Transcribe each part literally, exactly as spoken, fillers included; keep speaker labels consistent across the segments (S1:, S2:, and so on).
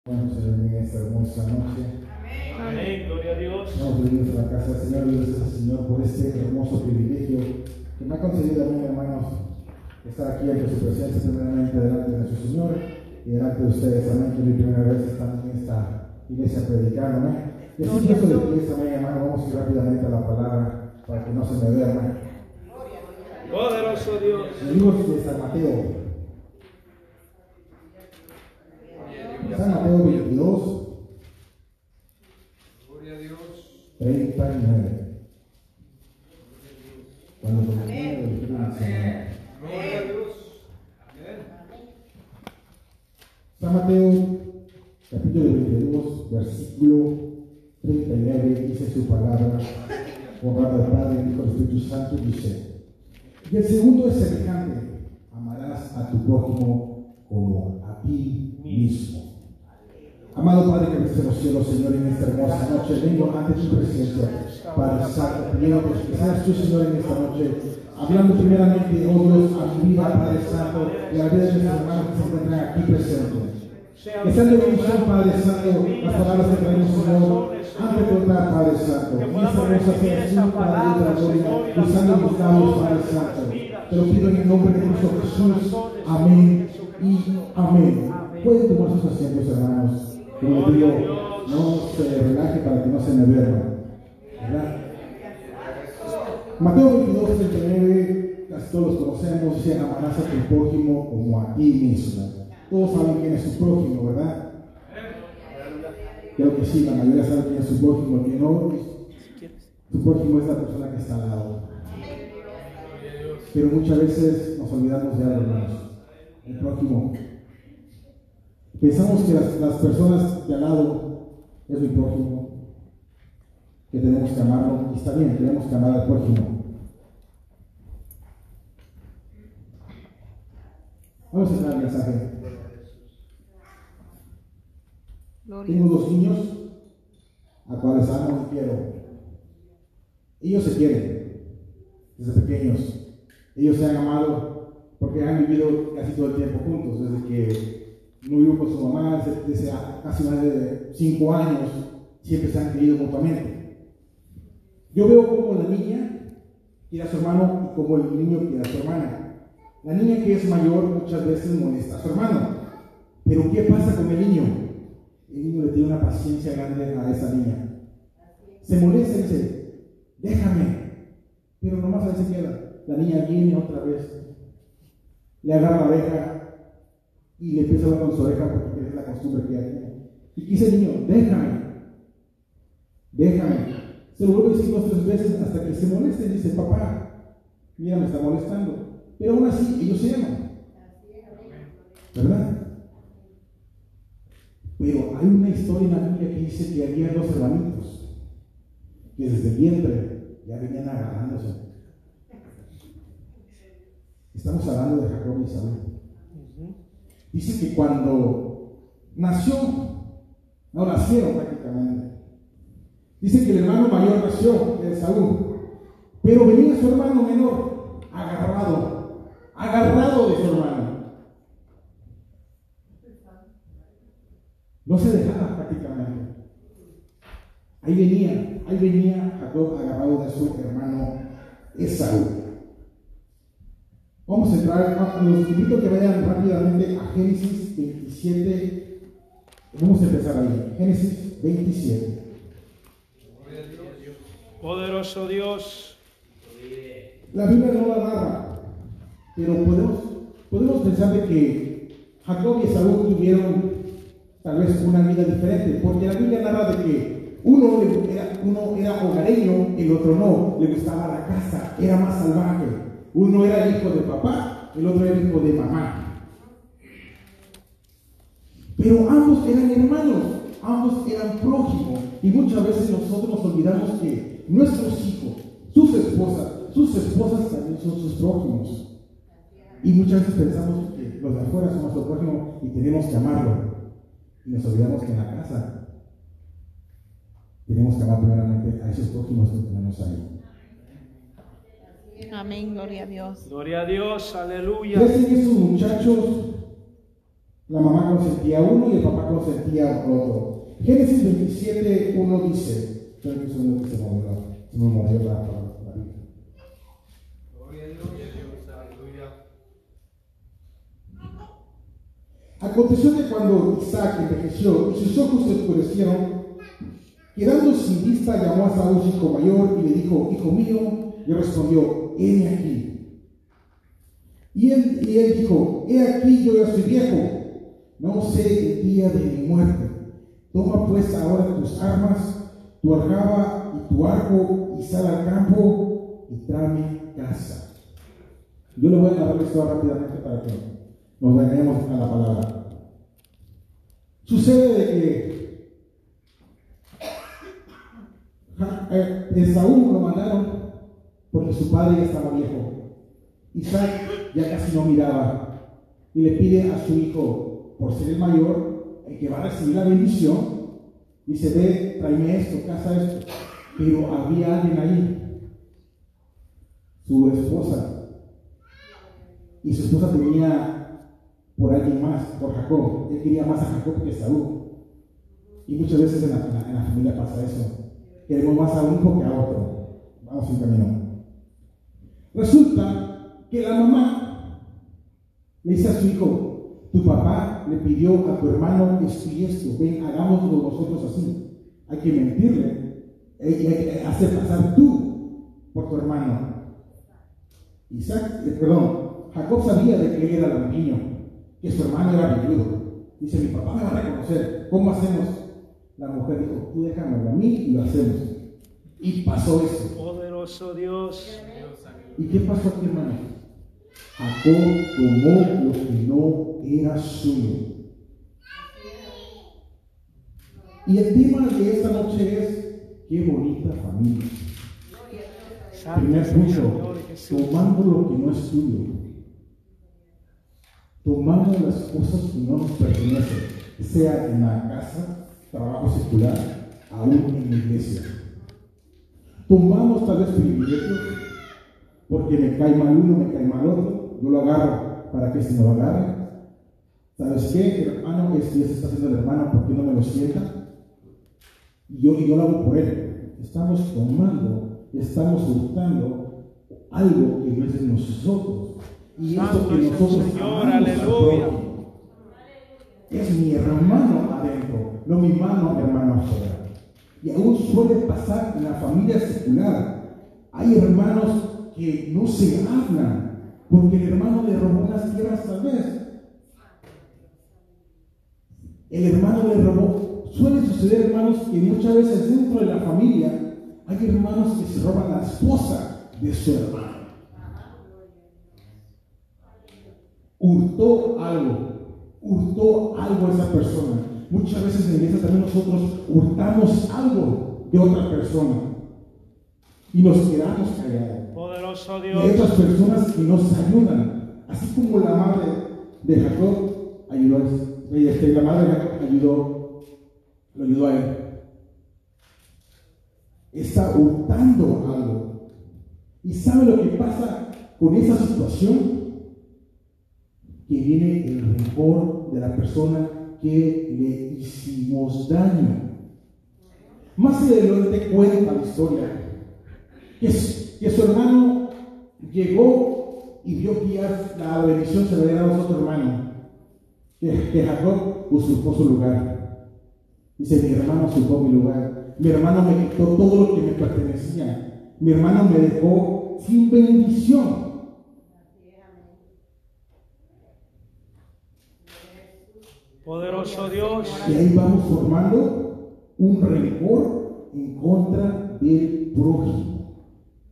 S1: Bueno, Señor, en esta hermosa noche.
S2: Amén, gloria a Dios.
S1: Hemos venido a la casa del Señor y gracias al Señor por este hermoso privilegio que me ha concedido a mí, hermanos, estar aquí ante su presencia, primeramente delante de nuestro Señor y delante de ustedes. Amén, que es mi primera vez estando en esta iglesia predicando. Amén. Y así eso de iglesia, amén, hermano, vamos a ir rápidamente a la palabra para que no se me duerma.
S2: Poderoso Dios.
S1: El libro de San Mateo. San Mateo veintidós, treinta y nueve. Cuando termine el Espíritu Señor.
S2: Gloria a Dios.
S1: San Mateo, capítulo veintidós, versículo treinta y nueve, dice su palabra, honrado al Padre, Hijo y Espíritu Santo, dice: y el segundo es semejante: amarás a tu prójimo como a ti mismo. Amado Padre que estás en los cielos, Señor, en esta hermosa noche vengo ante tu presencia, Padre Santo, pidiendo que seas tú, Señor, en esta noche, hablando primeramente, oh Dios, a mi vida, Padre Santo, y a la vida de mis hermanos que se encuentran aquí presentes. Que sean de bendición, Padre Santo, las palabras que traemos, Señor, antes de contar, Padre Santo, y esta hermosa sea para Dios de la gloria, usando mis labios, Padre Santo. Te lo pido en el nombre de Cristo Jesús. Amén y amén. Pueden tomar sus asientos, hermanos. Como digo, no se relaje para que no se me duerma, ¿verdad? Mateo veintidós, treinta y nueve, casi todos los conocemos, dice: amarás a tu prójimo como a ti mismo. Todos saben quién es su prójimo, ¿verdad? Creo que sí, la mayoría sabe quién es su prójimo. El que no, su prójimo es la persona que está al lado. Pero muchas veces nos olvidamos de algo, hermanos. El prójimo. Pensamos que las, las personas de al lado es mi prójimo, que tenemos que amarlo, y está bien, tenemos que amar al prójimo. Vamos a entrar al mensaje. Tengo dos niños a cuales amo y quiero. Ellos se quieren desde pequeños. Ellos se han amado porque han vivido casi todo el tiempo juntos, desde que no vivo con su mamá, desde, desde casi más de cinco años, siempre se han querido mutuamente. Yo veo como la niña quiere a su hermano y como el niño quiere a su hermana. La niña, que es mayor, muchas veces molesta a su hermano. Pero ¿qué pasa con el niño? El niño le tiene una paciencia grande a esa niña. Se molesta y dice: déjame. Pero nomás a veces queda. La niña viene otra vez, le agarra la oreja y le empieza a hablar con su oreja porque es la costumbre que hay. Y dice el niño: déjame, déjame. Se lo vuelve a decir dos o tres veces hasta que se molesta y dice: papá, mira, me está molestando. Pero aún así, ellos se aman, ¿verdad? Pero hay una historia en la Biblia que dice que había dos hermanitos que desde el vientre ya venían agarrándose. Estamos hablando de Jacob y Esaú. Dice que cuando nació, no nacieron prácticamente. Dice que el hermano mayor nació, que es Esaú, pero venía su hermano menor, agarrado, agarrado de su hermano. No se dejaba prácticamente. Ahí venía, ahí venía Jacob agarrado de su hermano Esaú. Vamos a entrar, los invito a que vayan rápidamente a Génesis veintisiete. Vamos a empezar ahí, Génesis veintisiete.
S2: Poderoso Dios.
S1: La Biblia no la narra, pero podemos, podemos pensar de que Jacob y Esaú tuvieron tal vez una vida diferente, porque la Biblia narra de que uno era, uno era hogareño, el otro no, le gustaba la casa, era más salvaje. Uno era el hijo de papá, el otro era el hijo de mamá. Pero ambos eran hermanos, ambos eran prójimos. Y muchas veces nosotros nos olvidamos que nuestros hijos, sus esposas, sus esposas también son sus prójimos. Y muchas veces pensamos que los de afuera son nuestros prójimos y tenemos que amarlo. Y nos olvidamos que en la casa tenemos que amar primeramente a esos prójimos que tenemos ahí.
S3: Amén, gloria a Dios.
S2: Gloria a Dios, aleluya.
S1: Crecen esos muchachos La mamá consentía a uno y el papá consentía al otro. Génesis veintisiete, uno dice, creo que es uno que se movió, se me movió la, la, la Biblia.
S2: Gloria a Dios, aleluya.
S1: Aconteció que cuando Isaac envejeció y sus ojos se oscurecieron, quedando sin vista, llamó a Saúl, su hijo mayor, y le dijo: hijo mío, y respondió: heme aquí. Y él, y él dijo: he aquí, yo ya soy viejo, no sé el día de mi muerte. Toma pues ahora tus armas, tu argaba y tu arco, y sal al campo y tráeme casa. Yo le voy a narrar esto rápidamente para que nos vayamos a la palabra. Sucede de que eh, Esaú lo mandaron porque su padre ya estaba viejo. Isaac ya casi no miraba y le pide a su hijo, por ser el mayor, el que va a recibir la bendición, dice: ve, tráeme esto, casa esto. Pero había alguien ahí, su esposa, y su esposa tenía por alguien más, por Jacob. Él quería más a Jacob que a Esaú. Y muchas veces en la, en la, en la familia pasa eso. Queremos más a un hijo que a otro. Vamos un camino. Resulta que la mamá le dice a su hijo: tu papá le pidió a tu hermano esto y esto, ven, hagámoslo nosotros así. Hay que mentirle y hay que hacer pasar tú por tu hermano. Isaac, eh, perdón, Jacob sabía de que él era lampiño, que su hermano era viudo. Dice: mi papá me va a reconocer, ¿cómo hacemos? La mujer dijo: tú déjamelo a mí y lo hacemos. Y pasó eso.
S2: Poderoso Dios.
S1: ¿Y qué pasó aquí, hermano? Jacob tomó lo que no era suyo. Y el tema de esta noche es: qué bonita familia. Primer punto: tomando lo que no es tuyo, tomando las cosas que no nos pertenecen, sea en la casa, trabajo secular, aún en la iglesia. Tomamos tal vez privilegios porque me cae mal uno, me cae mal otro, yo lo agarro para que este no lo agarre. ¿Sabes qué, hermano? Este ya se está haciendo el hermano, ¿por qué no me lo sienta? Y yo, y yo lo hago por él. Estamos tomando, estamos hurtando algo que no es de nosotros. Y esto que nosotros
S2: Señor, aleluya.
S1: Es mi hermano adentro, no mi mano hermano afuera. Y aún suele pasar en la familia secular. Hay hermanos que no se hablan porque el hermano le robó unas tierras tal vez. El hermano le robó. Suele suceder, hermanos, que muchas veces dentro de la familia hay hermanos que se roban la esposa de su hermano. Hurtó algo, hurtó algo a esa persona. Muchas veces en la iglesia también nosotros hurtamos algo de otra persona y nos quedamos callados.
S2: Poderoso
S1: Y
S2: Dios.
S1: hay otras personas que nos ayudan, así como la madre de Jacob ayudó a este, la madre de Jacob ayudó, lo ayudó a él. Está hurtando algo. ¿Y sabe lo que pasa con esa situación? Que viene el rencor de la persona que le hicimos daño. Más adelante cuenta la historia que, que su hermano llegó y vio que ya la bendición se le había dado a otro hermano, que, que Jacob usurpó su lugar. Dice: mi hermano usurpó mi lugar, mi hermano me quitó todo lo que me pertenecía, mi hermano me dejó sin bendición.
S2: Poderoso Dios.
S1: Y ahí vamos formando un rencor en contra del prójimo.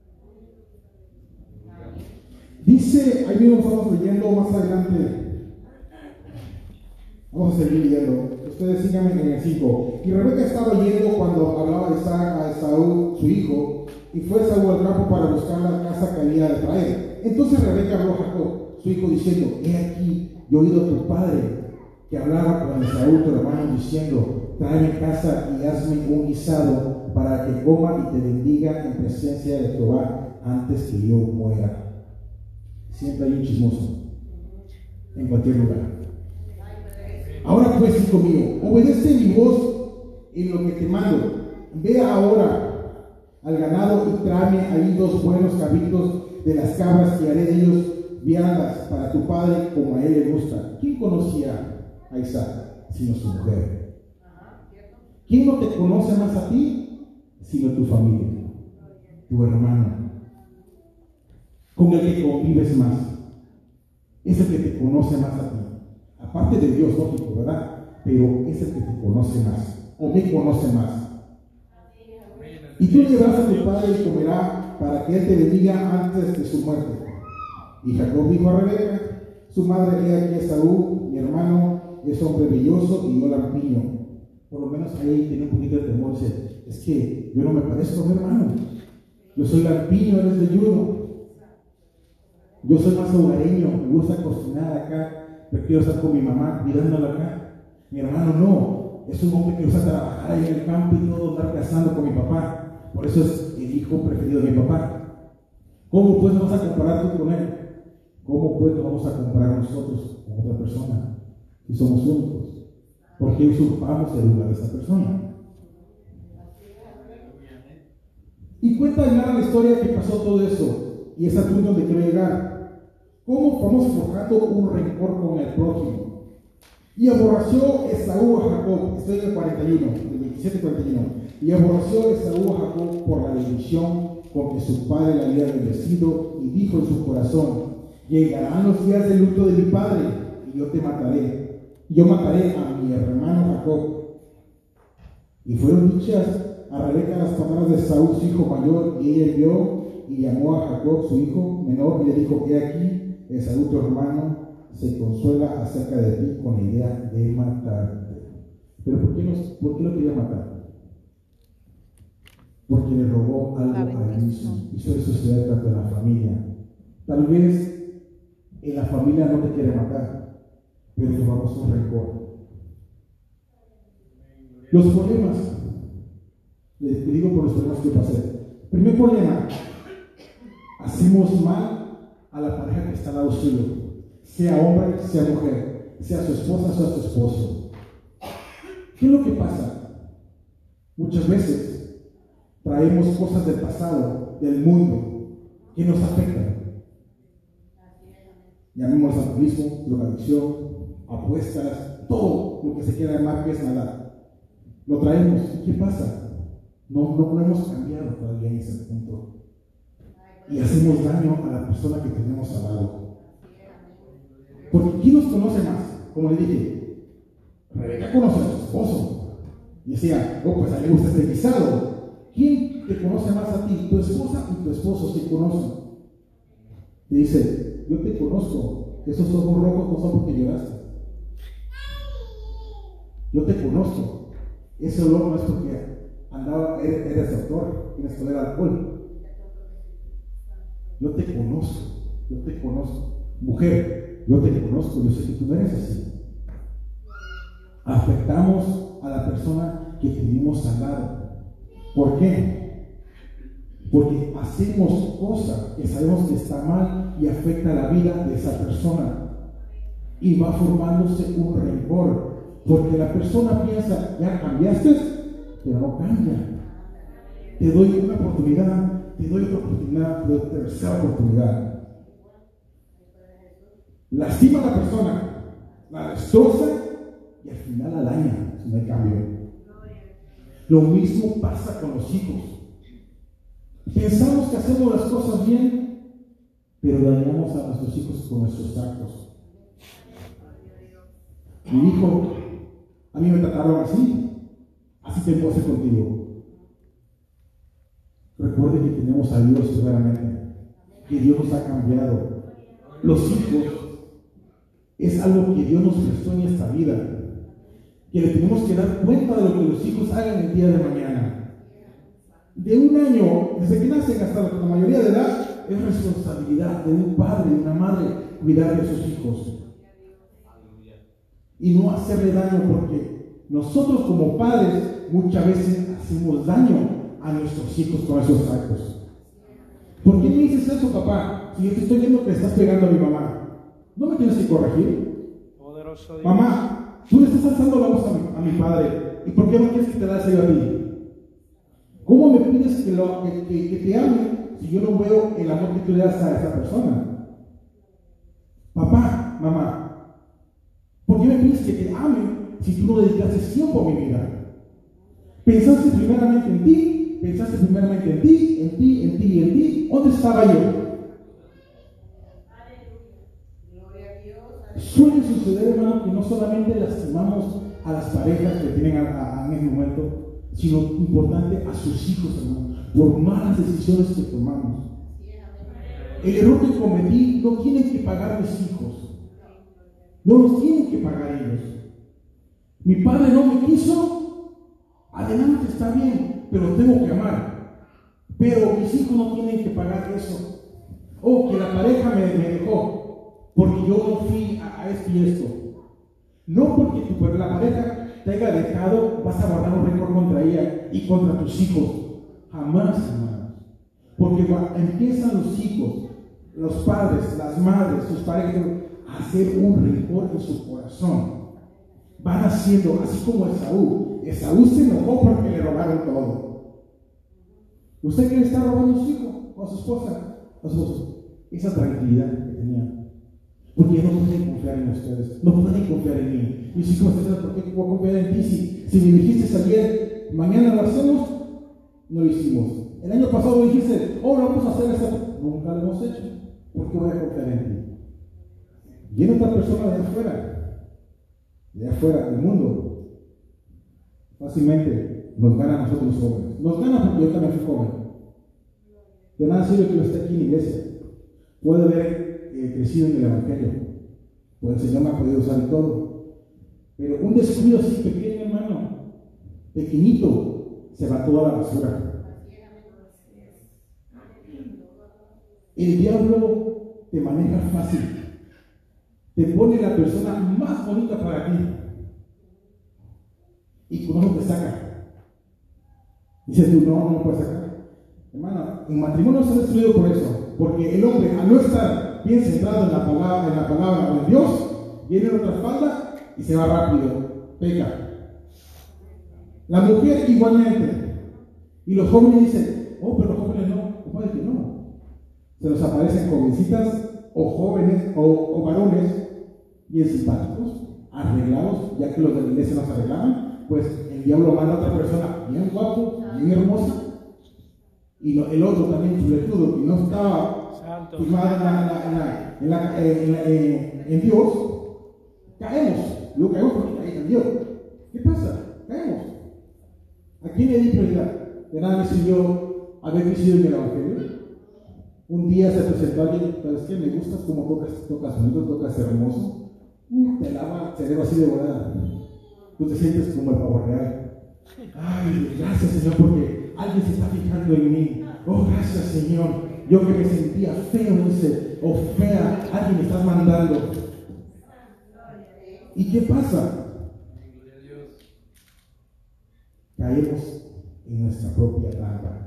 S1: Dice, ahí mismo estamos leyendo más adelante. Vamos a seguir leyendo. Ustedes síganme en el cinco. Y Rebeca estaba yendo cuando hablaba de Isaac a Esaú, su hijo, y fue Esaú al campo para buscar la casa que había de traer. Entonces Rebeca habló a Jacob, su hijo, diciendo: he aquí, yo he oído a tu padre que hablaba con Esaú, tu hermano, diciendo: tráeme casa y hazme un guisado para que coma y te bendiga en presencia de Jehová antes que yo muera. Siempre hay un chismoso en cualquier lugar. Ahora pues, hijo mío, obedece mi voz en lo que te mando. Ve ahora al ganado y tráeme ahí dos buenos cabritos de las cabras y haré de ellos viandas para tu padre como a él le gusta. ¿Quién conocía a Isaac sino su mujer? ¿Quién no te conoce más a ti sino tu familia, tu hermano, con el que convives más? Es el que te conoce más a ti. Aparte de Dios, lógico, ¿verdad? Pero es el que te conoce más, o me conoce más. Y tú llevarás a tu padre y comerá para que él te bendiga antes de su muerte. Y Jacob dijo a Rebeca, su madre, he aquí a Esaú, mi hermano, es hombre belloso y yo lampiño. Por lo menos ahí tiene un poquito de temor. Dice, es que yo no me parezco a mi hermano. Yo soy lampiño, él es velludo. Yo soy más hogareño, me gusta cocinar acá, prefiero estar con mi mamá cuidándola acá. Mi hermano no, es un hombre que gusta trabajar ahí en el campo y todo, andar cazando con mi papá. Por eso es el hijo preferido de mi papá. ¿Cómo pues nos vas a comparar tú con él? ¿Cómo pues nos vamos a comparar nosotros con otra persona si somos únicos? ¿Por qué usurpamos el lugar de esa persona? Y cuenta en la historia que pasó todo eso, y es a punto donde quiero llegar. ¿Cómo vamos forjando un rencor con el prójimo? Y aborreció Esaú a Jacob, estoy en el cuarenta y uno, el veintisiete cuarenta y uno. Y aborreció Esaú a Jacob por la bendición con que su padre le había bendecido, y dijo en su corazón: llegarán los días del luto de mi padre, y yo te mataré. Yo mataré a mi hermano Jacob. Y fueron dichas a Rebeca las palabras de Esaú, su hijo mayor, y ella vio y llamó a Jacob, su hijo menor, y le dijo: he aquí, Esaú tu hermano se consuela acerca de ti con la idea de matarte. Pero ¿por qué, nos, ¿por qué lo quería matar? Porque le robó algo a él mismo. Y suele suceder tanto en la familia. Tal vez en la familia no te quiere matar, pero formamos un rencor. Los problemas, les digo por los problemas que pasé. Primer problema, hacemos mal a la pareja que está al lado suyo, sea hombre, sea mujer, sea su esposa, sea su esposo. ¿Qué es lo que pasa? Muchas veces traemos cosas del pasado, del mundo, que nos afectan. Llamémoslo alcoholismo, drogadicción, apuestas, todo lo que se quiera llamar que es nada. Lo traemos. ¿Y qué pasa? No, no, no hemos cambiado todavía en ese punto. Y hacemos daño a la persona que tenemos al lado. Porque ¿quién nos conoce más? Como le dije, Rebeca conoce a su esposo. Y decía, oh, pues a mí me gusta este guisado. ¿Quién te conoce más a ti? Tu esposa y tu esposo se conocen. Y dice, yo te conozco. Esos ojos rojos no son porque lloraste. Yo te conozco. Ese olor no es porque andaba, eres, eres doctor, tienes que oler alcohol. Yo te conozco, yo te conozco. Mujer, yo te conozco, yo sé que tú no eres así. Afectamos a la persona que tenemos al lado. ¿Por qué? Porque hacemos cosas que sabemos que está mal y afecta la vida de esa persona. Y va formándose un rencor. Porque la persona piensa, ya cambiaste, pero no cambia. Te doy una oportunidad, te doy otra oportunidad, te doy tercera oportunidad. Lastima a la persona, la destroza y al final la daña si no hay cambio. Lo mismo pasa con los hijos. Pensamos que hacemos las cosas bien, pero dañamos a nuestros hijos con nuestros actos. Mi hijo, a mí me trataron así, así te puedo hacer contigo. Recuerde que tenemos a Dios seguramente, que Dios nos ha cambiado. Los hijos es algo que Dios nos prestó en esta vida, que le tenemos que dar cuenta de lo que los hijos hagan el día de mañana. De un año, desde que nacen hasta la mayoría de edad, es responsabilidad de un padre, de una madre, cuidar de sus hijos. Y no hacerle daño, porque nosotros como padres muchas veces hacemos daño a nuestros hijos con esos actos. ¿Por qué me dices eso, papá? Si yo te estoy viendo que le estás pegando a mi mamá, ¿no me tienes que corregir?
S2: Poderoso Dios.
S1: Mamá, tú le estás alzando la voz a mi, a mi padre. ¿Y por qué no quieres que te la haga yo a ti? ¿Cómo me pides que, lo, que, que, que te ame si yo no veo el amor que tú le das a esa persona? Papá, mamá, ¿por qué me pides que te ame si tú no dedicaste tiempo a mi vida? Pensaste primeramente en ti, pensaste primeramente en ti, en ti, en ti y en ti. ¿Dónde estaba yo? Suele suceder, hermano, que no solamente lastimamos a las parejas que tienen a, a, en ese momento, sino importante a sus hijos, hermano, por malas decisiones que tomamos. El error que cometí no tienen que pagar mis hijos, no los tienen que pagar ellos. Mi padre no me quiso, adelante, está bien, pero tengo que amar. Pero mis hijos no tienen que pagar eso. O que la pareja me, me dejó porque yo no fui a, a esto y esto. No porque tu, la pareja te haya dejado, vas a guardar un récord contra ella y contra tus hijos. Jamás, hermanos. Porque empiezan los hijos, los padres, las madres, sus parejas, a hacer un rencor en su corazón. Van haciendo, así como Esaú. Esaú se enojó porque le robaron todo. ¿Usted quiere estar robando a su hijo o a su esposa? A su esposa. Esa tranquilidad que tenía. Porque ya no pueden confiar en ustedes, no pueden confiar en mí. Y si como ustedes, ¿por qué puedo confiar en ti? Si, si me dijiste ayer, mañana lo hacemos, no lo hicimos. El año pasado dijiste, oh, lo vamos a hacer esta. Nunca lo hemos hecho. ¿Por qué voy a confiar en ti? Viene otra persona de afuera, de afuera del mundo. Fácilmente nos gana a nosotros los jóvenes. Nos gana porque yo también fui joven. De nada sirve que yo esté aquí en la iglesia. Puedo haber eh, crecido en el Evangelio. Pues el Señor me ha podido usar en todo. Pero un descuido así pequeño, hermano, pequeñito, se va toda la basura. El diablo te maneja fácil. Te pone la persona más bonita para ti. Y con eso te saca. Dices tú, no, no me puedes sacar. Hermano, el matrimonio se ha destruido por eso. Porque el hombre, al no estar bien centrado en la palabra, en la palabra o en Dios, viene en otra falda y se va rápido, peca. La mujer igualmente. Y los jóvenes dicen, oh, pero los jóvenes no. ¿Cómo es que no? Se nos aparecen jovencitas o jóvenes o, o varones bien simpáticos, arreglados, ya que los de la iglesia nos arreglaban, pues el diablo manda a otra persona bien guapo, bien hermosa, y lo, el otro también chuletudo, que no estaba firmado en, la, en, la, en, la, en, la, en, en Dios, caemos. Yo caemos porque caí en Dios. ¿Qué pasa? Caemos. ¿A quién le di prioridad? De nada me sirvió haber crecido en el Evangelio. Un día se presentó alguien, ¿sabes qué? Me gustas como tocas, tocas bonito, tocas hermoso. Uh, te lava el cerebro así de volada. Tú te sientes como el pavo real. Ay, gracias, Señor, porque alguien se está fijando en mí. Oh, gracias, Señor. Yo que me sentía feo, dice, o fea, alguien me está mandando. ¿Y qué pasa? Caemos en nuestra propia trampa.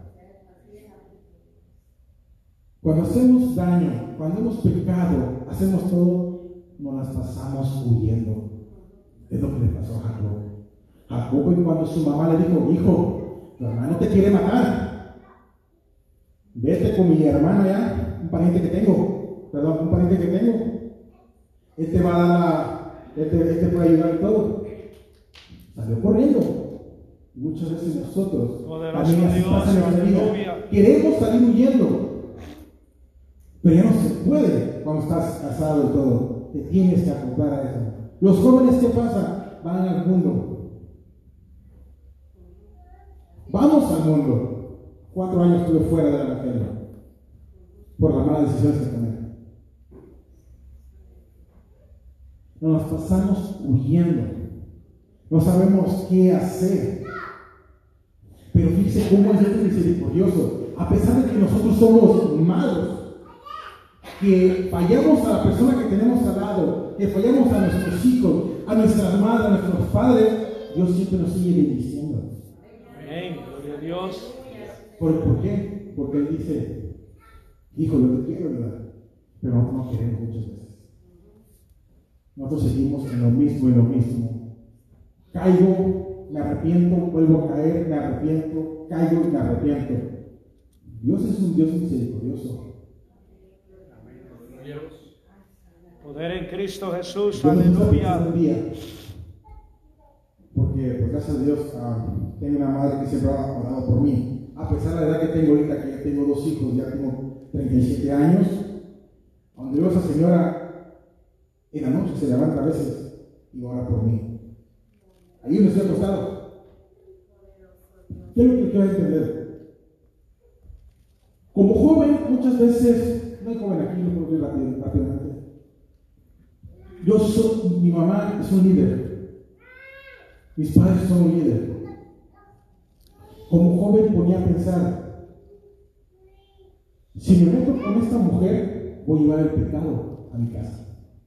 S1: Cuando hacemos daño, cuando hemos pecado, hacemos todo, nos las pasamos huyendo. Es lo que le pasó a Jacob. Jacob, cuando su mamá le dijo, hijo, tu hermano te quiere matar. Vete con mi hermano ya, un pariente que tengo, perdón, un pariente que tengo. Él te va a dar la, él te, él te puede ayudar y todo. Salió corriendo. Muchas veces nosotros también así pasa en nuestra vida. Queremos salir huyendo. Pero ya no se puede cuando estás casado y todo. Te tienes que acoplar a eso. Los jóvenes, ¿qué pasa? Van al mundo. Vamos al mundo. Cuatro años estuve fuera del Evangelio por las malas decisiones que tomé. Nos pasamos huyendo. No sabemos qué hacer. Pero fíjese cómo es Dios misericordioso. A pesar de que nosotros somos malos, que fallamos a la persona que tenemos al lado, que fallamos a nuestros hijos, a nuestras madres, a nuestros padres, Dios siempre nos sigue bendiciendo.
S2: Amén, gloria a Dios.
S1: ¿Por, ¿Por qué? Porque Él dice, hijo, yo te quiero ayudar, pero nosotros no queremos muchas veces. Nosotros seguimos en lo mismo y lo mismo. caigo, me arrepiento, vuelvo a caer, me arrepiento, caigo y me arrepiento. Dios es un Dios misericordioso.
S2: Poder en Cristo Jesús,
S1: Yo
S2: aleluya.
S1: Porque, pues, gracias a Dios, uh, tengo una madre que siempre ha orado por mí. A pesar de la edad que tengo ahorita, que ya tengo dos hijos, ya tengo treinta y siete años, donde veo a esa señora en la noche se levanta a veces y ora por mí. Ahí me estoy acostado. ¿Qué es lo que quiero entender? Como joven, muchas veces, no hay joven aquí, lo puedo decir rápido, rápidamente. Yo soy, mi mamá es un líder, mis padres son un líder. Como joven ponía a pensar, si me meto con esta mujer, voy a llevar el pecado a mi casa.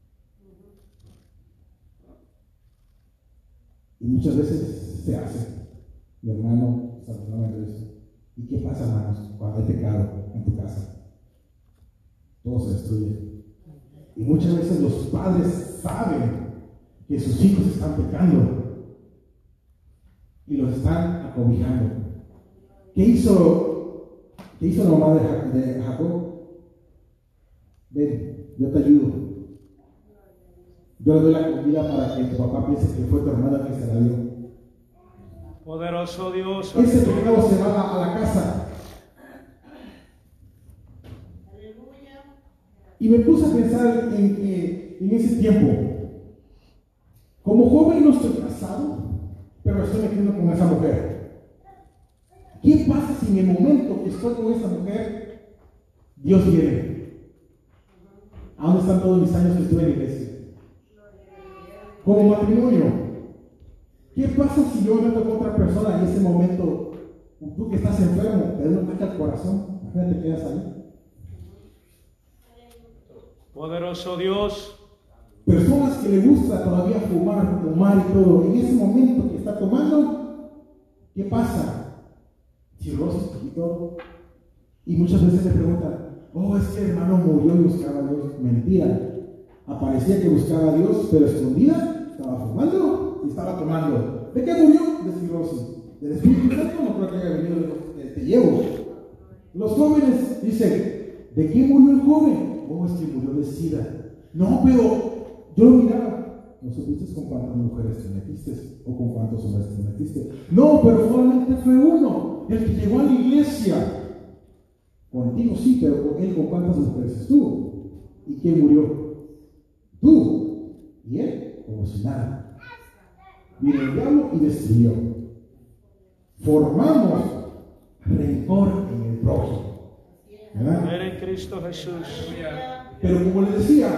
S1: Y muchas veces se hace. Mi hermano está hablando de eso. ¿Y qué pasa, hermanos, cuando hay pecado en tu casa? Todo se destruye. Y muchas veces los padres saben que sus hijos están pecando y los están acobijando. ¿Qué hizo, qué hizo la mamá de, de Jacob? Ven, yo te ayudo. Yo le doy la comida para que tu papá piense que fue tu hermana que se la dio.
S2: Poderoso Dios.
S1: Ese pecado se va a la casa. Y me puse a pensar en, en, en ese tiempo. Como joven no estoy casado, pero estoy metiendo con esa mujer. ¿Qué pasa si en el momento que estoy con esa mujer, Dios viene? ¿A dónde están todos mis años que estuve en la iglesia? Como matrimonio. ¿Qué pasa si yo me meto con otra persona y en ese momento, tú que estás enfermo, te da un ataque al corazón? Imagínate que quedas ahí.
S2: Poderoso Dios.
S1: Personas que le gusta todavía fumar, tomar y todo, en ese momento que está tomando, ¿qué pasa? Cirrosis y todo. Y muchas veces le preguntan, oh, es que el hermano murió y buscaba a Dios. Mentira. Aparecía que buscaba a Dios, pero escondida, estaba fumando y estaba tomando. ¿De qué murió? De cirrosis. Del Espíritu Santo no creo que haya venido de te llevo. Los jóvenes dicen, ¿de qué murió el joven? Oh, es que murió de sida. No, pero yo lo miraba. ¿No supiste con cuántas mujeres te metiste? ¿O con cuántos hombres te metiste? No, pero solamente fue uno, el que llegó a la iglesia. Contigo sí, pero con él, ¿con cuántas mujeres estuvo? ¿Y quién murió? Tú. Y él, como si nada. Vino el diablo y destruyó. Formamos rencor en el prójimo. ¿Verdad?
S2: Poder en Cristo Jesús.
S1: Pero como les decía,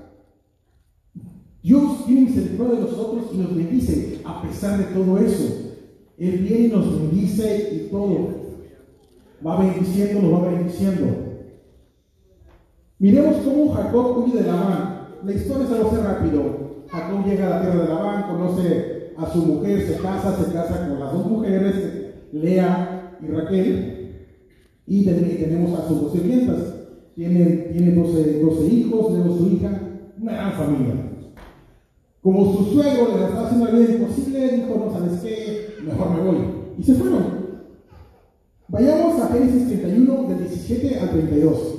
S1: Dios tiene misericordia de nosotros y nos bendice a pesar de todo eso. Él viene y nos bendice y todo. Va bendiciendo, nos va bendiciendo. Miremos cómo Jacob huye de Labán. La historia se lo hace rápido. Jacob llega a la tierra de Labán, conoce a su mujer, se casa, se casa con las dos mujeres, Lea y Raquel. Y tenemos a sus dos sirvientas. Tiene, tiene doce, doce hijos, luego su hija, una gran familia. Como su suegro les estaba haciendo la vida imposible, dijo, no, ¿sabes qué? Mejor me voy. Y se fueron. Vayamos a Génesis treinta y uno, del diecisiete al treinta y dos.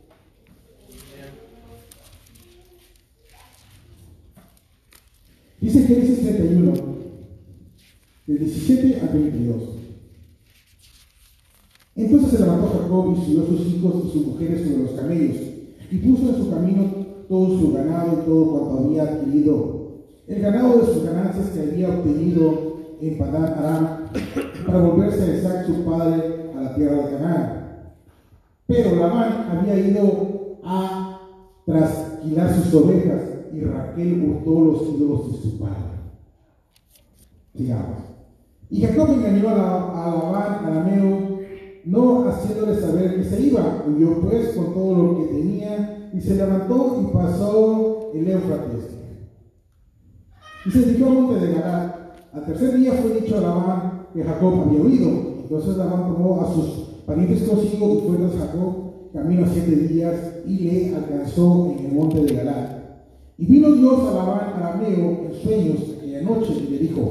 S1: Dice Génesis treinta y uno, del diecisiete al treinta y dos. Entonces se levantó Jacob y subió a sus hijos y sus mujeres sobre los camellos, y puso en su camino todo su ganado y todo cuanto había adquirido, el ganado de sus ganancias que había obtenido en Padán Aram, para volverse a Isaac su padre a la tierra de Canaán. Pero Labán había ido a trasquilar sus ovejas, y Raquel hurtó los ídolos de su padre. Sigamos. Y Jacob engañó a, la, a Labán, arameo, no haciéndole saber que se iba. Huyó pues con todo lo que tenía y se levantó y pasó el Éufrates. Y se dirigió al monte de Galaad. Al tercer día fue dicho a Labán que Jacob había huido. Entonces Labán tomó a sus parientes consigo y fue tras Jacob camino a siete días y le alcanzó en el monte de Galaad. Y vino Dios a Labán arameo en sueños aquella noche y le dijo: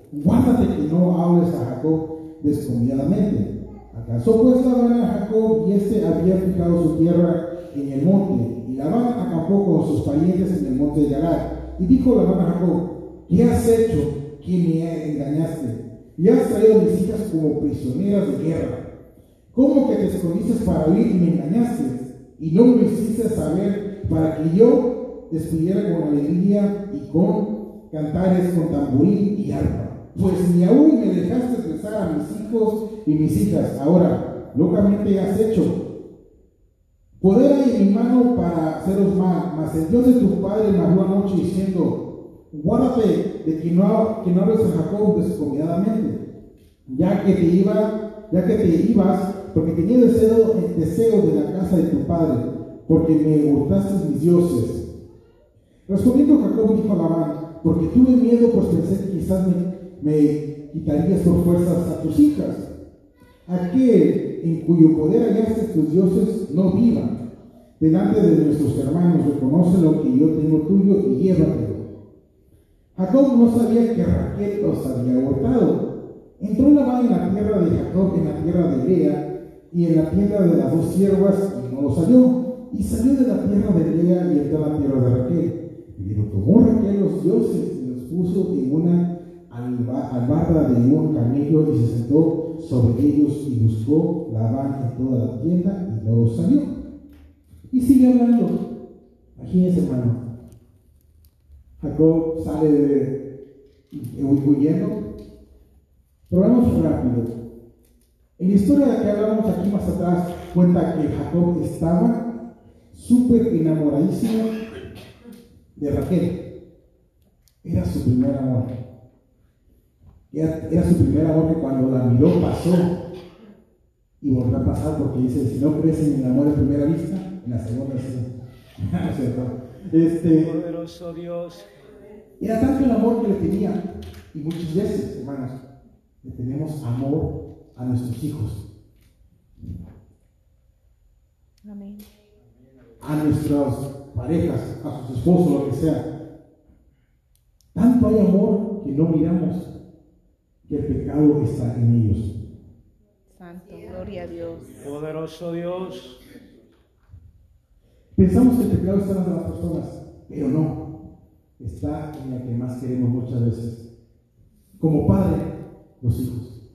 S1: guárdate que no hables a Jacob descomedidamente. Alcanzó pues Labán a Jacob, y éste había fijado su tierra en el monte, y Labán acampó con sus parientes en el monte de Galaad. Y dijo Labán a Jacob: ¿qué has hecho que me engañaste? Y has traído a mis hijas como prisioneras de guerra. ¿Cómo que te escondiste para huir y me engañaste? Y no me hiciste saber para que yo despidiera con alegría y con cantares, con tamboril y arpa. Pues ni aún me dejaste besar a mis hijos y mis hijas. Ahora, locamente has hecho. Poder hay en mi mano para haceros mal, mas el Dios de tu padre me habló anoche diciendo: guárdate de que no, que no hables a Jacob descomedidamente, ya que te iba, ya que te ibas, porque tenía deseo, el deseo de la casa de tu padre, porque me hurtaste mis dioses. Respondiendo Jacob dijo a Labán: porque tuve miedo, pues pensé que quizás me, me quitarías por fuerzas a tus hijas. Aquel en cuyo poder hallaste tus dioses no viva. Delante de nuestros hermanos reconoce lo que yo tengo tuyo y llévatelo. Jacob no sabía que Raquel los había abortado. Entró Labán en la tierra de Jacob, en la tierra de Lea, y en la tienda de las dos siervas, y no lo salió. Y salió de la tierra de Lea y entró a la tierra de Raquel. Pero tomó Raquel los dioses y los puso en una albarda de un camello, y se sentó sobre ellos, y buscó Labán en toda la tienda y no los salió. Y sigue hablando. Imagínense, hermano. Jacob sale de, huyendo. Pero vamos rápido. En la historia de que hablamos aquí más atrás, cuenta que Jacob estaba súper enamoradísimo de Raquel. Era su primer amor. Era, era su primer amor, que cuando la miró pasó y volvió a pasar, porque dice: si no crees en el amor de primera vista, en la segunda sí. ¿No es cierto? Este,
S2: Poderoso Dios.
S1: Era tanto el amor que le tenía, y muchas veces, hermanos, le tenemos amor a nuestros hijos.
S3: Amén.
S1: A nuestras parejas, a sus esposos, lo que sea. Tanto hay amor que no miramos que el pecado está en ellos.
S3: Santo, gloria a Dios.
S2: Poderoso Dios.
S1: Pensamos que el pecado está en las demás personas, pero no. Está en la que más queremos muchas veces. Como padre, los hijos.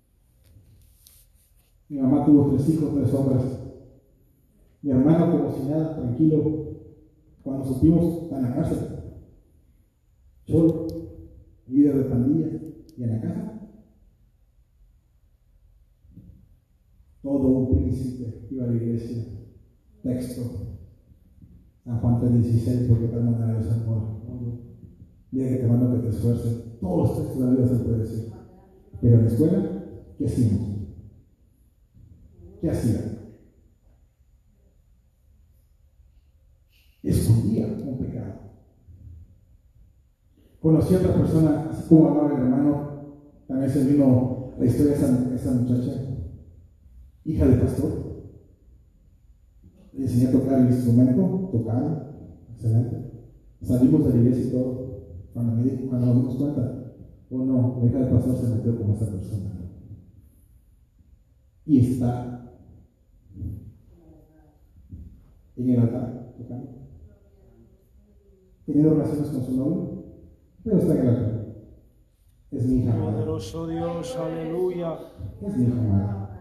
S1: Mi mamá tuvo tres hijos, tres hombres. Mi hermano, como si nada, tranquilo. Cuando supimos, está en la cárcel. Cholo, líder de pandilla, y en la casa. Todo un príncipe iba a la iglesia. Texto. San Juan tres dieciséis, porque tal manera es amor. Dile que te mando que te esfuerces. Todos los textos de la vida se puede decir. Pero en la escuela, ¿qué hacíamos? ¿Qué hacían? Escondía un pecado. Conocí a otra persona, así como hablaba el hermano, también se vino la historia de esa, esa muchacha, hija de pastor. Le enseñé a tocar el instrumento, tocaba, excelente. Salimos de la iglesia y todo. Cuando, me di, cuando nos dimos cuenta, oh no, la hija del pastor se metió con esa persona. Y está en el altar, tocando. Teniendo relaciones con su novio, pero está en el altar. Es mi hija amada.
S2: Poderoso Dios, aleluya.
S1: Es mi hija amada.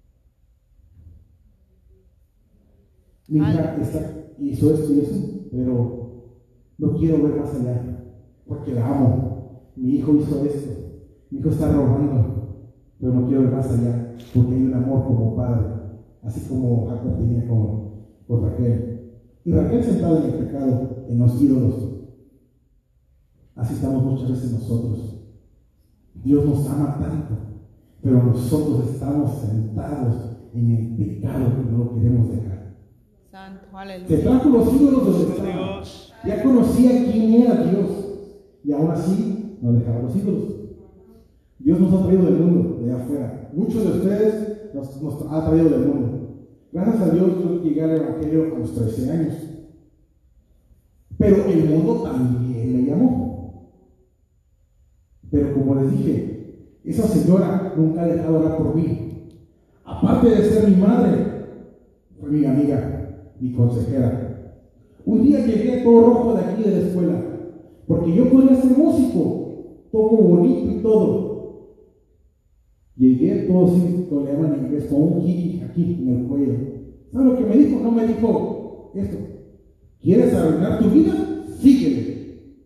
S1: Mi hija está, hizo esto y eso, pero no quiero ver más allá, porque la amo. Mi hijo hizo esto, mi hijo está robando, pero no quiero ver más allá, porque hay un amor como padre, así como Jacob tenía con, con Raquel. Y Raquel sentada en el pecado, en los ídolos. Así estamos muchas veces nosotros. Dios nos ama tanto, pero nosotros estamos sentados en el pecado que no lo queremos dejar.
S3: Santo, aleluya.
S1: Se trajo los ídolos donde estaba. Ya conocía quién era Dios, y aún así no dejaba los ídolos. Dios nos ha traído del mundo, de afuera. Muchos de ustedes nos, nos ha traído del mundo. Gracias a Dios yo llegué al Evangelio a los trece años. Pero el mundo también me llamó. Pero como les dije, esa señora nunca ha dejado de orar por mí. Aparte de ser mi madre, fue mi amiga, mi consejera. Un día llegué todo rojo de aquí de la escuela, porque yo podía ser músico, toco bonito y todo. Llegué todo así, con le llaman en inglés, con un kiki aquí en el cuello. ¿Sabes lo que me dijo? No me dijo esto. ¿Quieres arruinar tu vida? Síguele.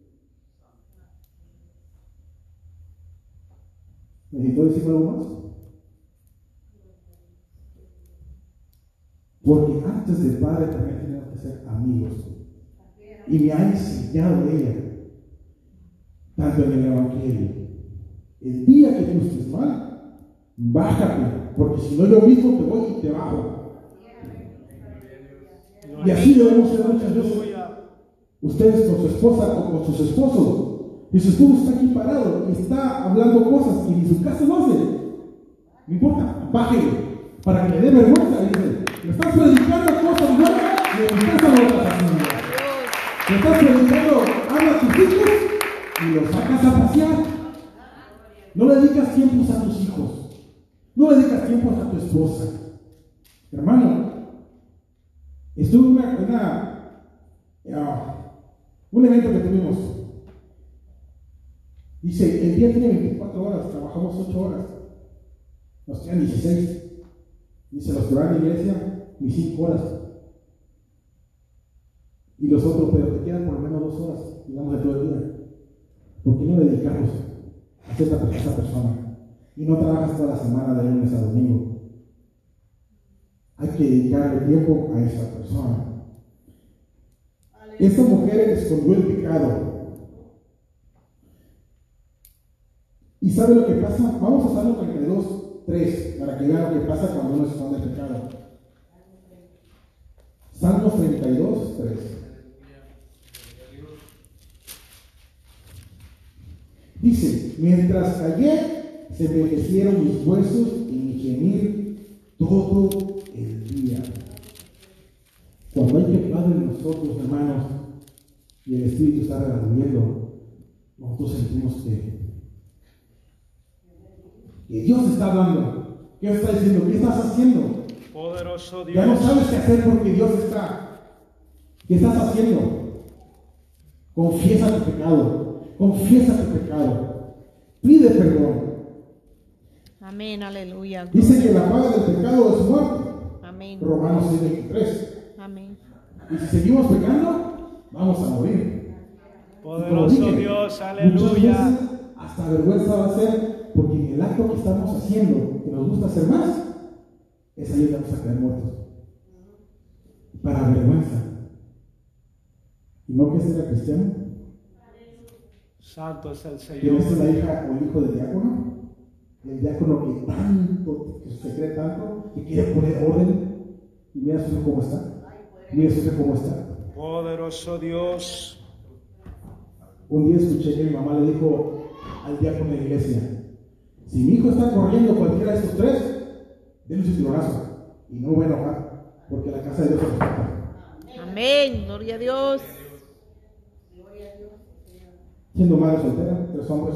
S1: ¿Necesito decir algo más? Porque antes del Padre también tenemos que ser amigos. Y me ha enseñado ella, tanto en el Evangelio. El día que tú estés mal, bájate, porque si no yo mismo te voy y te bajo. Y así debemos ser muchas veces. Ustedes con su esposa o con sus esposos. Y su esposo está aquí parado y está hablando cosas que ni su casa lo hace. No importa, bájele para que le dé vergüenza. Y dice, me estás predicando cosas buenas y en mi casa no lo estás haciendo. Me estás predicando, ama a tus hijos y los sacas a pasear. No le dedicas tiempos a tus hijos. No le dedicas tiempos a tu esposa. Hermano, estuve en una, una, uh, un evento que tuvimos. Dice, el día tiene veinticuatro horas, trabajamos ocho horas. Nos quedan dieciséis. Dice, los que van a la iglesia, ni cinco horas. Y los otros, pero te quedan por lo menos dos horas, digamos, de todo el día. ¿Por qué no dedicarnos a esta, esta persona? Y no trabajas toda la semana de lunes a domingo. Hay que dedicarle tiempo a esa persona. Esta mujer escondió el pecado. ¿Y sabe lo que pasa? Vamos a Salmo treinta y dos, tres, para que vean lo que pasa cuando uno esconde el pecado. Salmos treinta y dos, tres. Dice, mientras callé, se envejecieron mis huesos y mi gemir todo el día. Cuando hay pecado en nosotros, hermanos, y el Espíritu está redarguyendo, nosotros sentimos que, que Dios está hablando. ¿Qué está diciendo? ¿Qué estás haciendo?
S2: Poderoso Dios.
S1: Ya no sabes qué hacer porque Dios está. ¿Qué estás haciendo? Confiesa tu pecado. Confiesa tu pecado. Pide perdón.
S3: Amén, aleluya.
S1: Dice que la paga del pecado es muerte.
S3: Amén.
S1: Romanos seis veintitrés.
S3: Amén.
S1: Y si seguimos pecando, vamos a morir.
S2: Poderoso
S1: Dije,
S2: Dios,
S1: muchas
S2: aleluya.
S1: veces hasta vergüenza va a ser, porque en el acto que estamos haciendo, que nos gusta hacer más, es ahí donde vamos a caer muertos. Para vergüenza. ¿Y no que sea cristiano?
S2: Santo es el Señor.
S1: ¿Quién es la hija o el hijo del diácono? El diácono que tanto, que se cree tanto, que quiere poner orden. Y mira su hijo cómo está. Mira su hijo cómo está.
S2: Poderoso Dios.
S1: Un día escuché que mi mamá le dijo al diácono de la iglesia: si mi hijo está corriendo cualquiera de estos tres, denle un tironazo. Y no voy a enojar, porque la casa de Dios se respeta.
S3: Amén. Gloria a Dios.
S1: Siendo madre soltera, tres hombres.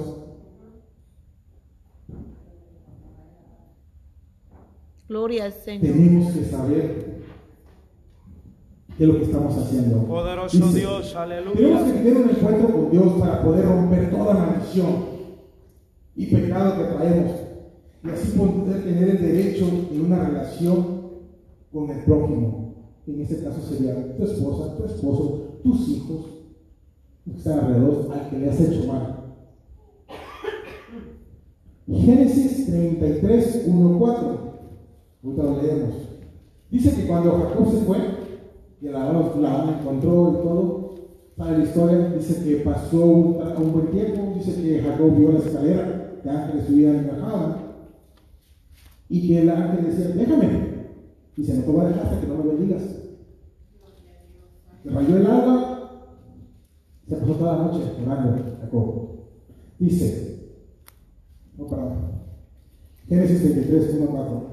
S3: Gloria al Señor.
S1: Tenemos que saber qué es lo que estamos haciendo.
S2: Poderoso
S1: Dice,
S2: Dios, aleluya.
S1: tenemos que tener un encuentro con Dios para poder romper toda maldición y pecado que traemos, y así poder tener el derecho de una relación con el prójimo. En este caso sería tu esposa, tu esposo, tus hijos, que están alrededor, al que le has hecho mal. Génesis treinta y tres, uno, cuatro. Ahorita lo leemos. Dice que cuando Jacob se fue, que la la encontró y todo, para la historia, dice que pasó un, un buen tiempo. Dice que Jacob vio la escalera que ángeles subían y bajaban, y que el ángel decía: déjame. Dice: no te voy a dejar hasta que no me bendigas. Le rayó el alba. Se pasó toda la noche orando Jacob. Dice, no para Génesis treinta y tres, uno, cuatro.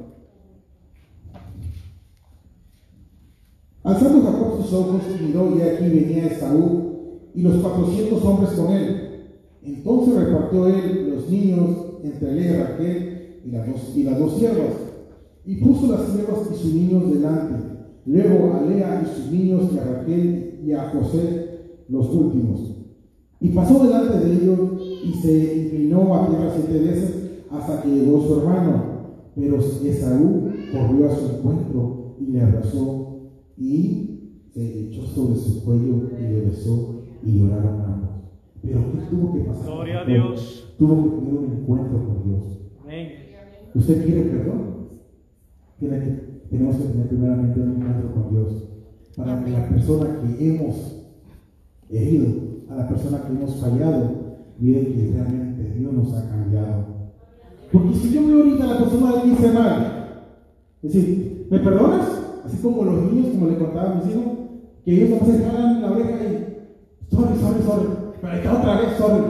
S1: Alzando Jacob sus ojos, miró, y aquí venía Esaú y los cuatrocientos hombres con él. Entonces repartió él los niños entre Lea y Raquel y las dos, y las dos siervas, y puso las siervas y sus niños delante, luego a Lea y sus niños, y a Raquel y a José los últimos. Y pasó delante de ellos y se inclinó a tierra siete veces hasta que llegó su hermano. Pero Esaú corrió a su encuentro y le abrazó y se echó sobre su cuello y le besó y lloraron ambos. Pero ¿qué tuvo que pasar?
S2: Gloria a Dios.
S1: Tuvo que tener un encuentro con Dios.
S2: Amén.
S1: ¿Usted quiere perdón? Tiene que, tenemos que tener primeramente un encuentro con Dios para que la persona que hemos herido, a la persona que hemos fallado, mire que realmente Dios nos ha cambiado. Porque si yo veo ahorita a la persona que dice mal, es decir, ¿me perdonas? Así como los niños, como le contaba a mis hijos, que ellos no se jalan la oreja y sorry, sorry, sorry, pero ahí está otra vez, sorry.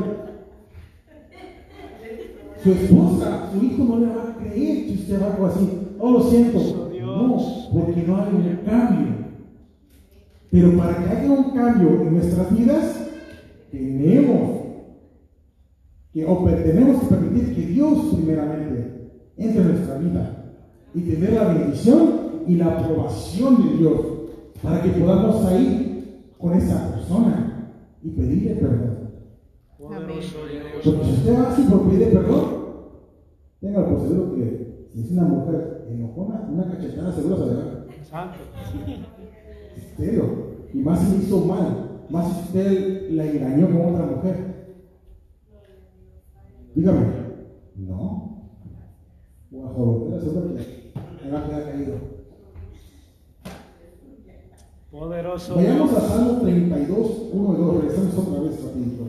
S1: Su esposa, su hijo no le va a creer que usted va algo así. Oh, lo siento. No, porque no hay un cambio. Pero para que haya un cambio en nuestras vidas, tenemos que, o tenemos que permitir que Dios primeramente entre en nuestra vida y tener la bendición y la aprobación de Dios para que podamos ir con esa persona y pedirle perdón.
S2: Poderoso Dios.
S1: Porque si usted va así por pedirle perdón, tenga por seguro que si es una mujer enojona, una cachetada seguro se le da.
S2: Santo.
S1: Pero, y más si hizo mal, más si usted la engañó con otra mujer. Dígame, no. Voy a joder, la seguro que me va a quedar caído.
S2: Poderoso
S1: Vayamos
S2: Dios.
S1: a Salmo treinta y dos, uno y dos, regresamos otra vez rapidito.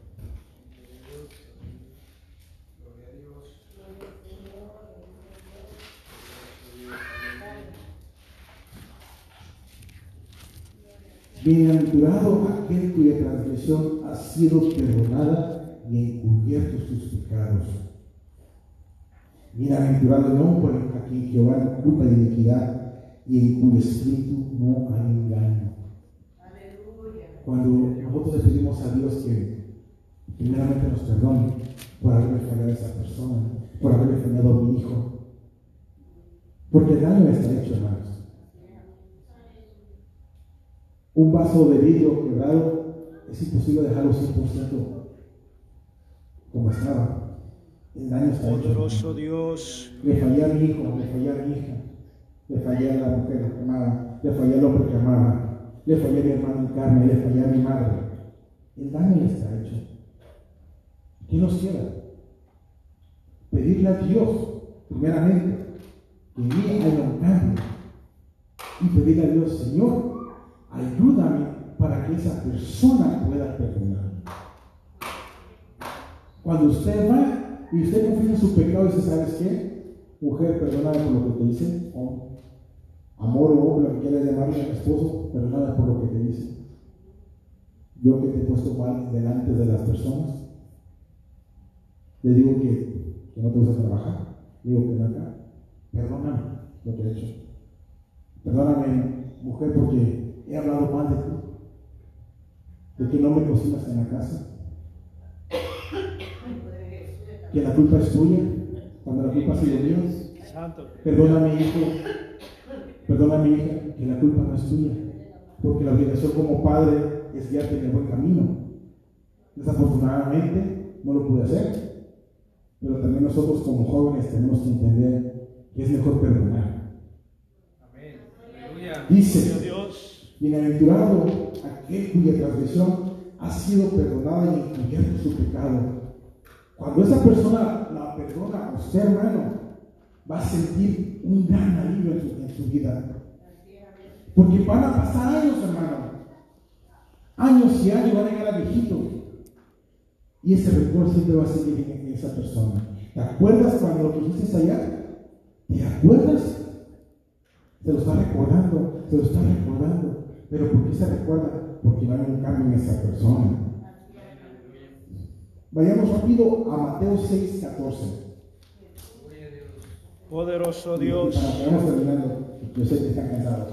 S1: Bienaventurado aquel cuya transgresión ha sido perdonada y encubiertos sus pecados. Bienaventurado el hombre a quien Jehová no culpa de iniquidad y en cuyo espíritu no hay engaño. Cuando nosotros le pedimos a Dios que primeramente nos perdone por haberle fallado a esa persona, por haberle fallado a mi hijo, porque el daño está hecho, hermanos. Un vaso de vidrio quebrado es imposible dejarlo cien por ciento como estaba. El daño está hecho.
S2: Poderoso Dios.
S1: Le fallé a mi hijo, le fallé a mi hija, le fallé a la mujer que amaba, le fallé al hombre que amaba, le fallé a mi hermano en carne, le fallé a mi madre. El daño ya está hecho. ¿Qué nos queda? Pedirle a Dios, primeramente, que en mí haya un cambio. Y pedirle a Dios, Señor, ayúdame para que esa persona pueda perdonar. Cuando usted va y usted confiesa su pecado y dice, ¿sabes qué? Mujer, perdóname por lo que te hice. O amor o hombre, lo que quieras llamarle a mi esposo, perdóname por lo que te hice. Yo que te he puesto mal delante de las personas, le digo que, que no te gusta trabajar, le digo que no acá. Perdóname lo que he hecho. Perdóname, mujer, porque he hablado mal de ti, de que no me cocinas en la casa, que la culpa es tuya, cuando la culpa ha sido mía.
S2: Santo.
S1: Perdóname, hijo, perdóname, hija, que la culpa no es tuya, porque la obligación como padre es guiarte en el buen camino. Desafortunadamente no lo pude hacer, pero también nosotros como jóvenes tenemos que entender que es mejor perdonar. Dice,
S2: Dios.
S1: bienaventurado aquel cuya transgresión ha sido perdonada y encubierto su pecado. Cuando esa persona la perdona a usted, hermano, va a sentir un gran alivio en su, en su vida. Porque van a pasar años, hermano. Años y años van a llegar a viejitos. Y ese recuerdo siempre va a seguir en, en esa persona. ¿Te acuerdas cuando lo que hiciste allá? ¿Te acuerdas? Se lo está recordando, se lo está recordando. ¿Pero por qué se recuerda? Porque va a haber un cambio en esa persona. Vayamos rápido a Mateo seis, catorce.
S2: Poderoso
S1: Y
S2: Dios.
S1: para que vamos terminando, yo sé que están cansados.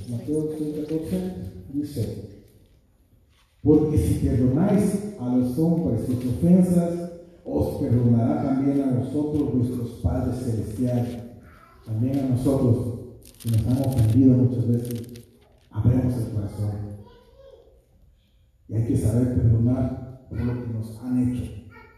S1: Mateo seis catorce dice: porque si perdonáis a los hombres sus ofensas, os perdonará también a vosotros vuestros padres celestiales. También a nosotros, que nos han ofendido muchas veces, abremos el corazón. Y hay que saber perdonar por lo que nos han hecho.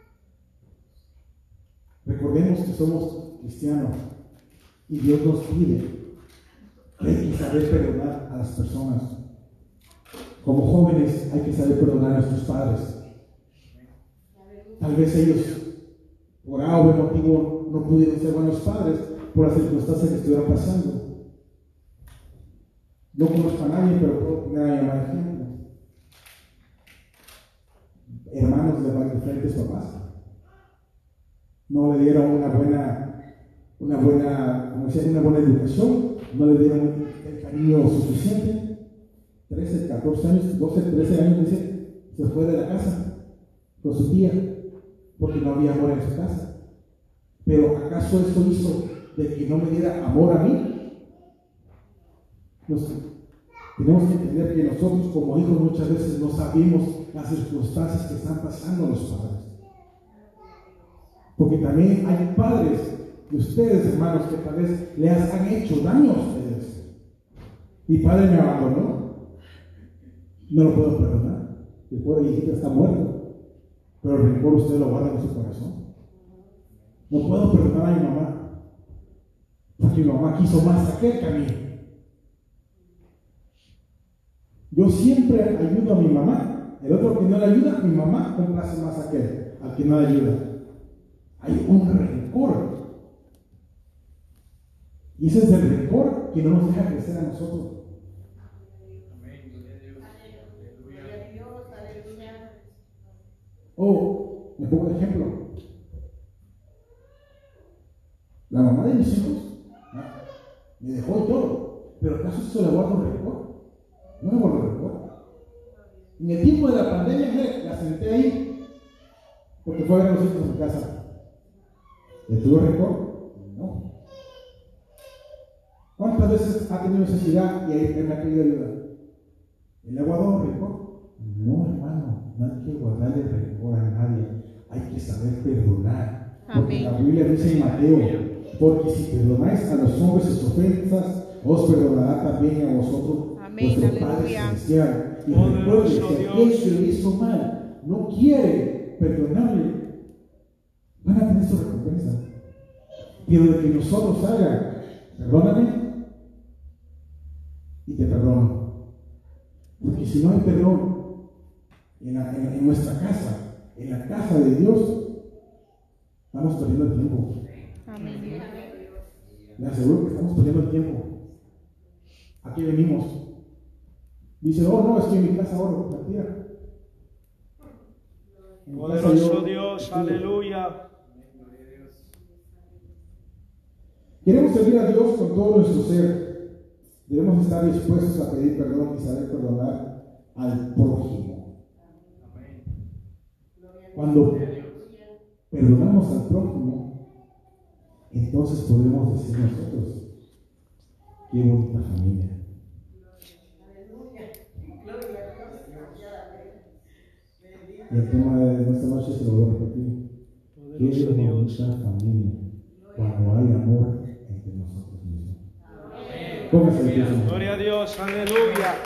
S1: Recordemos que somos cristianos y Dios nos pide que hay que saber perdonar a las personas. Como jóvenes hay que saber perdonar a nuestros padres. Tal vez ellos, por A o B motivo, no pudieron ser buenos padres por las circunstancias que estuvieron pasando. No conozco a nadie, pero puedo poner a mi mamá de ejemplo. Hermanos de diferentes papás no le dieron una buena, una buena, como decía, una buena educación, no le dieron el cariño suficiente. trece, catorce años, doce, trece años, dice, se fue de la casa con su tía porque no había amor en su casa. Pero ¿acaso esto hizo de que no me diera amor a mí? Nos, tenemos que entender que nosotros como hijos muchas veces no sabemos las circunstancias que están pasando a los padres. Porque también hay padres de ustedes, hermanos, que tal vez les han hecho daño a ustedes. Mi padre me abandonó, no lo puedo perdonar. El pobre viejito está muerto, pero el rencor usted lo guarda en su corazón. No puedo perdonar a mi mamá, porque mi mamá quiso más aquel que a mí. Yo siempre ayudo a mi mamá. El otro que no le ayuda, mi mamá complace más a aquel, al que no le ayuda. Hay un rencor. Y ese es el rencor que no nos deja crecer a nosotros. O, me pongo de ejemplo, la mamá de mis hijos ¿no? me dejó y todo, pero ¿acaso eso le guardo rencor? No le guardo rencor. En el tiempo de la pandemia, mire, la senté ahí porque fue a ver a los hijos en mi casa. ¿Le tuvo rencor? No. ¿Cuántas veces ha tenido necesidad y ahí me ha pedido ayuda? ¿Le ha guardado rencor? No, hermano, no hay que guardarle rencor a nadie, hay que saber perdonar. Porque Amén. La Biblia dice en Mateo: porque si perdonáis a los hombres sus ofensas, os perdonará también a vosotros Amén. Vuestro Padre celestial. Y recuerde que aquel que le hizo mal no quiere perdonarle, van a tener su recompensa. Pero de que nosotros hagan, perdóname y te perdono. Porque si no hay perdón en, la, en, en nuestra casa, en la casa de Dios, estamos perdiendo el tiempo. Amén. Le aseguro que estamos perdiendo el tiempo. Aquí venimos. Dice, oh no, es que en mi casa oro. Mentira.
S2: Poderoso Dios, aleluya.
S1: Queremos servir a Dios con todo nuestro ser. Debemos estar dispuestos a pedir perdón y saber perdonar al prójimo. Cuando perdonamos al prójimo, entonces podemos decir nosotros: qué bonita familia. Y el tema de nuestra noche se lo voy a repetir: qué bonita familia cuando hay amor entre nosotros mismos. Póngase de pie.
S2: Gloria a Dios, aleluya.